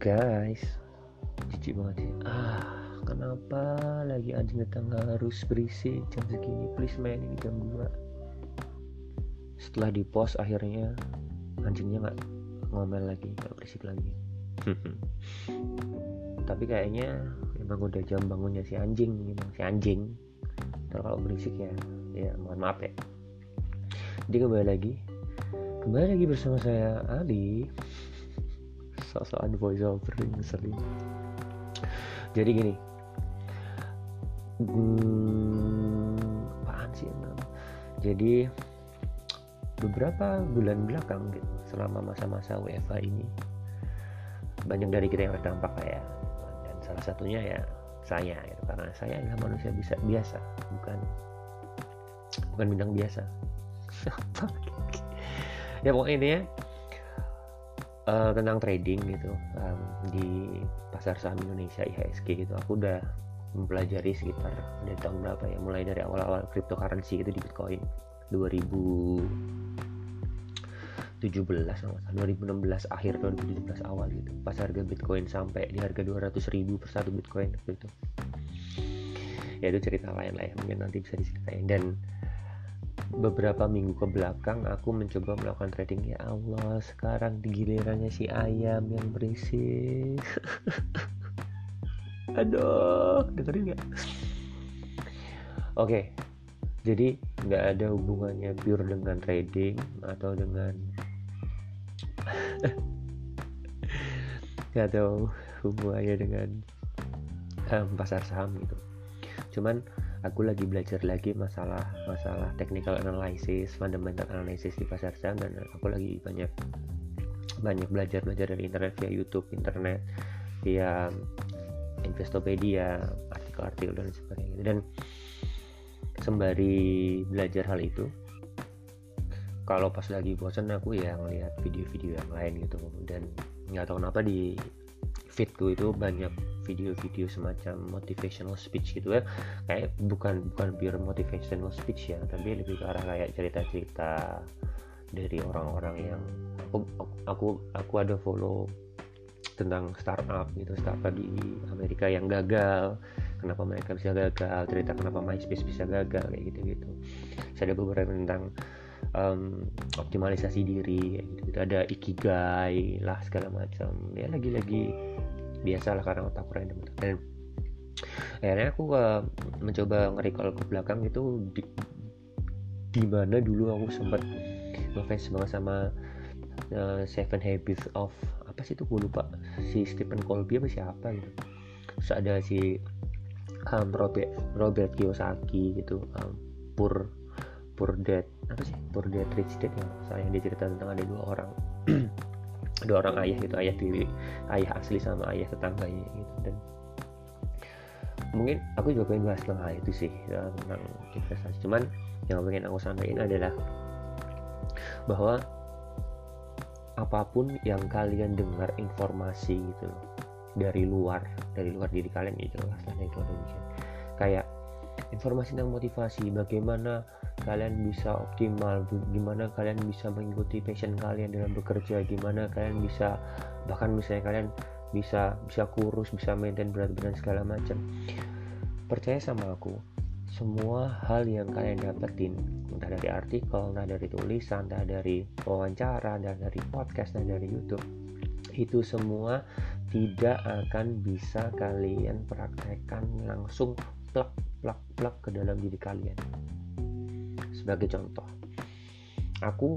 Guys, jijik banget sih. Kenapa lagi anjing datang harus berisik jam segini? Please man, ini jam 2. Setelah di post akhirnya anjingnya gak ngomel lagi, gak berisik lagi. Tapi kayaknya emang udah jam bangunnya si anjing. Terus kalau berisik ya mohon maaf ya. Jadi kembali lagi bersama saya Ali. Sosokan voice over sering. Jadi gini, apaan sih emang? Jadi beberapa bulan belakang gitu, selama masa-masa WFH ini, banyak dari kita yang terdampak ya. Dan salah satunya ya saya, gitu. Karena saya adalah manusia biasa, bukan bintang biasa. Ya pokoknya ini ya. Tentang trading gitu di pasar saham Indonesia IHSG gitu. Aku udah mempelajari sekitar dari tahun berapa ya, mulai dari awal-awal cryptocurrency gitu di Bitcoin 2016 akhir 2017 awal gitu, pas harga Bitcoin sampai di harga 200.000 per satu Bitcoin gitu. Ya itu cerita lain lah ya, mungkin nanti bisa diceritain. Dan beberapa minggu ke belakang aku mencoba melakukan trading. Ya Allah, sekarang gilirannya si ayam yang berisik. Aduh, dengerin gak? Oke, jadi gak ada hubungannya pure dengan trading atau dengan atau hubungannya dengan pasar saham gitu. Cuman aku lagi belajar lagi masalah technical analysis, fundamental analysis di pasar saham, dan aku lagi banyak belajar dari internet, via YouTube, internet, via Investopedia, artikel-artikel dan sebagainya. Dan sembari belajar hal itu, kalau pas lagi bosan aku ya ngeliat video-video yang lain gitu. Dan nggak tahu kenapa di feedku itu banyak video-video semacam motivational speech gitu ya, kayak bukan pure motivational speech ya, tapi lebih ke arah kayak cerita-cerita dari orang-orang yang aku ada follow tentang startup gitu, startup di Amerika yang gagal, kenapa mereka bisa gagal, cerita kenapa MySpace bisa gagal kayak gitu. Saya ada beberapa tentang optimalisasi diri gitu. Ada ikigai lah segala macam ya, lagi biasalah karena otakku random. Dan akhirnya aku mencoba nge-recall ke belakang itu di mana dulu aku sempat ngefans banget sama Seven Habits of apa sih itu, gue lupa, si Stephen Colby apa siapa gitu. Terus ada si Robert Kiyosaki gitu, Poor Dad Rich Dad ya, yang dia cerita tentang ada dua orang ayah gitu, ayah asli sama ayah tetangganya gitu. Dan mungkin aku juga pengen bahas tentang hal itu sih, tentang investasi. Cuman yang pengen aku sampaikan adalah bahwa apapun yang kalian dengar informasi gitu loh, dari luar diri kalian, itu jelas lah itu ada kayak informasi tentang motivasi, bagaimana kalian bisa optimal, gimana kalian bisa mengikuti passion kalian dalam bekerja, gimana kalian bisa, bahkan misalnya kalian bisa kurus, bisa maintain berat badan segala macam. Percaya sama aku, semua hal yang kalian dapetin, entah dari artikel, entah dari tulisan, entah dari wawancara, entah dari podcast, entah dari YouTube, itu semua tidak akan bisa kalian praktekkan langsung plak ke dalam diri kalian. Sebagai contoh, aku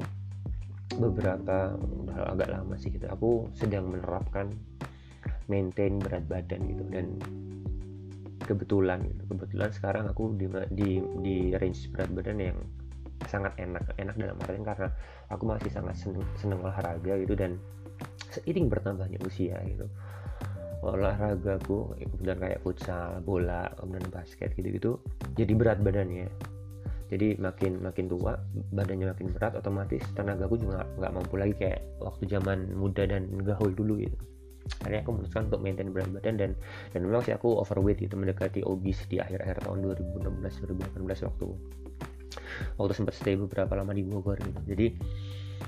udah agak lama sih gitu, aku sedang menerapkan maintain berat badan gitu. Dan kebetulan sekarang aku di range berat badan yang sangat enak dalam artian karena aku masih sangat seneng olahraga gitu, dan seiring bertambahnya usia gitu, olahragaku kemudian kayak futsal, bola, kemudian basket gitu jadi berat badannya. Jadi makin tua badannya makin berat, otomatis tenagaku juga nggak mampu lagi kayak waktu zaman muda dan gaul dulu gitu. Akhirnya aku memutuskan untuk maintain berat badan, dan memang sih aku overweight gitu, mendekati obese di akhir tahun 2016-2018 waktu sempat stay beberapa lama di Bogor gitu. Jadi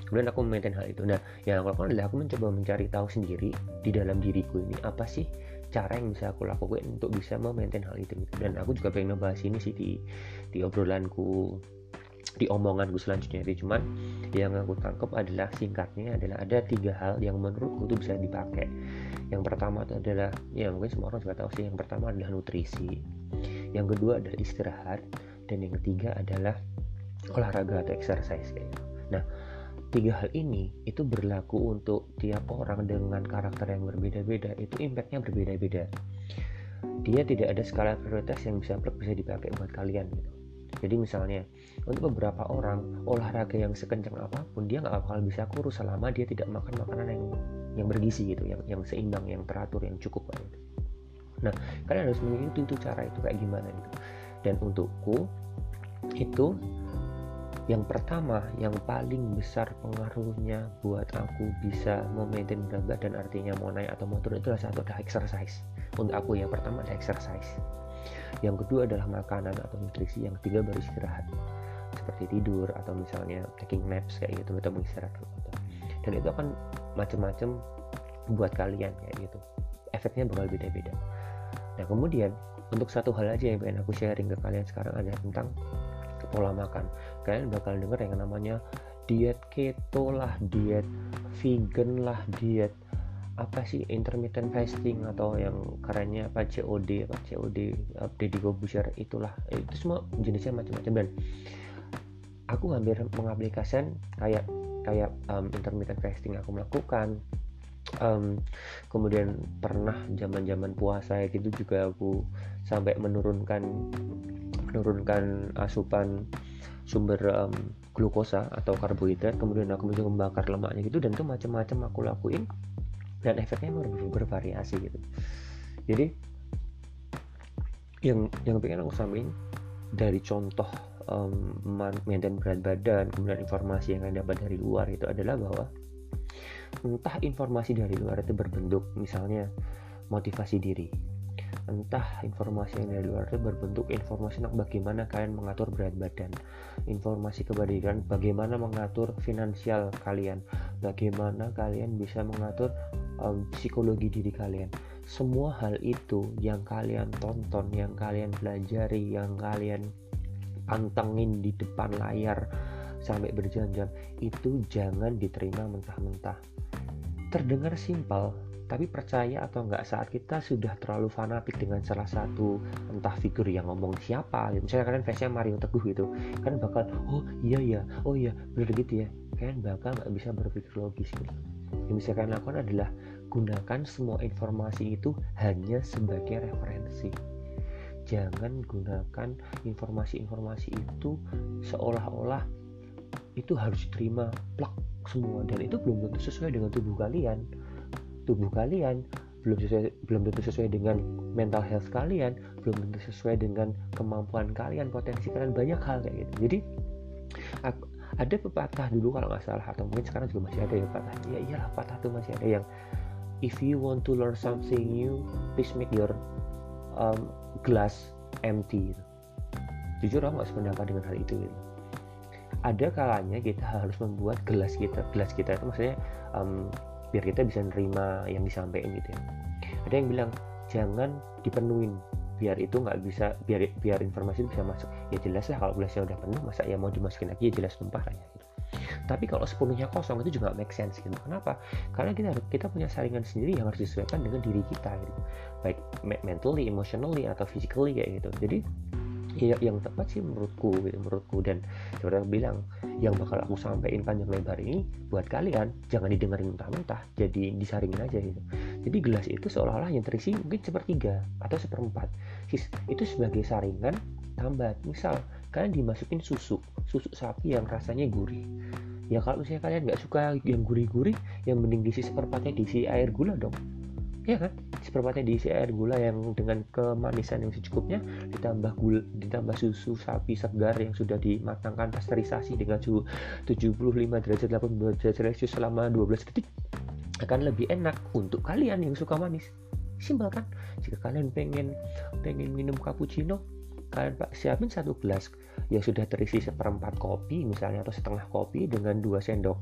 Kemudian aku maintain hal itu. Nah, yang aku lakukan adalah aku mencoba mencari tahu sendiri di dalam diriku ini apa sih cara yang bisa aku lakukan untuk bisa memaintain hal itu gitu. Dan aku juga pengen ngebahas ini sih di obrolanku, di omonganku selanjutnya itu. Cuman yang aku tangkap adalah singkatnya adalah ada 3 hal yang menurutku itu bisa dipakai. Yang pertama itu adalah, ya mungkin semua orang juga tahu sih, yang pertama adalah nutrisi, yang kedua adalah istirahat, dan yang ketiga adalah olahraga atau exercise kayak gitu. Nah, 3 hal ini itu berlaku untuk tiap orang dengan karakter yang berbeda-beda, itu impactnya berbeda-beda. Dia tidak ada skala prioritas yang bisa dipakai buat kalian gitu. Jadi misalnya untuk beberapa orang olahraga yang sekencang apapun dia nggak bakal bisa kurus selama dia tidak makan makanan yang bergizi gitu, yang seimbang, yang teratur, yang cukup gitu. Nah, kalian harus mengikuti itu cara itu kayak gimana gitu. Dan untukku itu yang pertama, yang paling besar pengaruhnya buat aku bisa memaintain berat badan, artinya mau naik atau mau turun, itu adalah exercise. Untuk aku yang pertama adalah exercise, yang kedua adalah makanan atau nutrisi, yang ketiga baru istirahat seperti tidur atau misalnya taking naps kayak gitu, atau mengistirahat gitu. Dan itu akan macam-macam buat kalian kayak gitu, efeknya bakal beda-beda. Nah, kemudian untuk satu hal aja yang pengen aku sharing ke kalian sekarang adalah tentang pola makan. Kalian bakal denger yang namanya diet keto lah, diet vegan lah, diet apa sih, intermittent fasting, atau yang kerennya apa, COD Deddy Corbuzier, itulah, itu semua jenisnya macam-macam. Dan aku hampir mengaplikasikan kayak intermittent fasting aku melakukan. Kemudian pernah zaman puasa gitu juga aku sampai menurunkan asupan sumber glukosa atau karbohidrat, kemudian aku bisa membakar lemaknya gitu. Dan itu macam-macam aku lakuin dan efeknya bervariasi gitu. Jadi yang pengen aku sampaikan dari contoh maintain berat badan, kemudian informasi yang kalian dapat dari luar itu adalah bahwa entah informasi dari luar itu berbentuk misalnya motivasi diri, entah informasi yang dari luar itu berbentuk informasi tentang bagaimana kalian mengatur berat badan, informasi kebalikan bagaimana mengatur finansial kalian, bagaimana kalian bisa mengatur psikologi diri kalian. Semua hal itu yang kalian tonton, yang kalian pelajari, yang kalian pantengin di depan layar sampai berjam-jam, itu jangan diterima mentah-mentah. Terdengar simpel, tapi percaya atau enggak, saat kita sudah terlalu fanatik dengan salah satu entah figur yang ngomong siapa, misalnya kalian fansnya Mario Teguh gitu, kan bakal oh iya bener gitu ya, kalian bakal nggak bisa berpikir logis gitu. Yang bisa kalian lakukan adalah gunakan semua informasi itu hanya sebagai referensi. Jangan gunakan informasi-informasi itu seolah-olah itu harus diterima plak semua, dan itu belum tentu sesuai dengan tubuh kalian belum tentu sesuai dengan mental health kalian, belum tentu sesuai dengan kemampuan kalian, potensi kalian, banyak hal kayak gitu. Jadi ada pepatah dulu kalau nggak salah, atau mungkin sekarang juga masih ada ya pepatah, ya iyalah pepatah tuh masih ada, yang if you want to learn something new, please make your glass empty. Jujur aku nggak sependapat dengan hal itu gitu. Ada kalanya kita harus membuat gelas kita itu maksudnya biar kita bisa nerima yang disampaikan gitu ya. Ada yang bilang jangan dipenuhin biar itu nggak bisa, biar informasi itu bisa masuk. Ya jelas lah kalau gelasnya udah penuh, masa ya mau dimasukin lagi, ya jelas tumpah lah ya gitu. Tapi kalau sepenuhnya kosong itu juga make sense gitu. Kenapa? Karena kita punya saringan sendiri yang harus disesuaikan dengan diri kita gitu, baik mentally, emotionally, atau physically kayak gitu. Jadi ya, yang tepat sih menurutku, dan seperti aku bilang, yang bakal aku sampaikan panjang lebar ini buat kalian jangan didengerin mentah-mentah, jadi disaringin aja gitu. Jadi gelas itu seolah-olah yang terisi mungkin 1/3 atau 1/4 itu sebagai saringan tambahan. Misal kalian dimasukin susu sapi yang rasanya gurih, ya kalau misalnya kalian nggak suka yang gurih-gurih, yang mending diisi 1/4-nya diisi air gula dong, ya kan? 1/4-nya diisi air gula yang dengan kemanisan yang secukupnya, ditambah susu sapi segar yang sudah dimatangkan pasteurisasi dengan suhu 75 derajat 80 derajat Celcius selama 12 detik, akan lebih enak untuk kalian yang suka manis. Simpel kan? Jika kalian pengen minum cappuccino, kalian siapin satu gelas yang sudah terisi 1/4 kopi misalnya atau setengah kopi dengan 2 sendok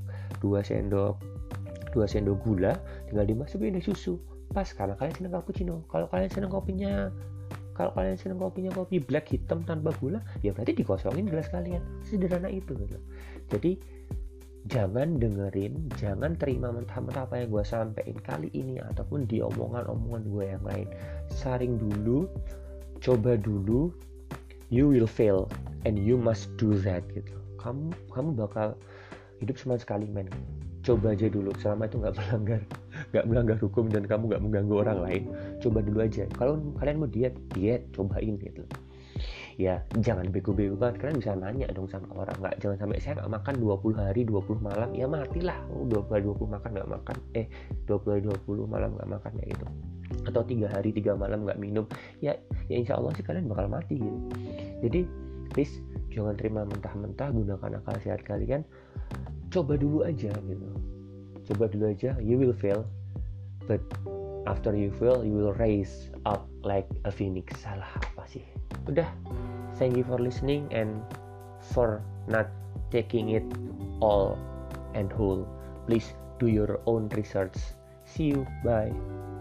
gula, tinggal dimasukin di susu pas karena kalian senang cappuccino. Kalau kalian senang kopinya kopi black hitam tanpa gula, ya berarti dikosongin gelas kalian. Sederhana itu gitu. Jadi jangan terima mentah-mentah apa yang gue sampein kali ini ataupun di omongan gue yang lain. Saring dulu, coba dulu, you will fail and you must do that gitu. Kamu bakal hidup cuma sekali, men. Coba aja dulu, selama itu nggak melanggar hukum dan kamu nggak mengganggu orang lain. Coba dulu aja. Kalau kalian mau diet, cobain gitu. Ya jangan bego-bego banget. Kalian bisa nanya dong sama orang, jangan sampai saya nggak makan 20 hari 20 malam, ya matilah. 20 hari 20 makan nggak makan, 20 hari 20 malam nggak makan ya gitu. Atau 3 hari 3 malam nggak minum, ya insya Allah sih kalian bakal mati gitu. Jadi please jangan terima mentah-mentah, gunakan akal sehat kalian. Coba dulu aja gitu. You will fail, but after you fail you will rise up like a phoenix. Salah apa sih? Udah, thank you for listening and for not taking it all and whole. Please do your own research. See you, bye.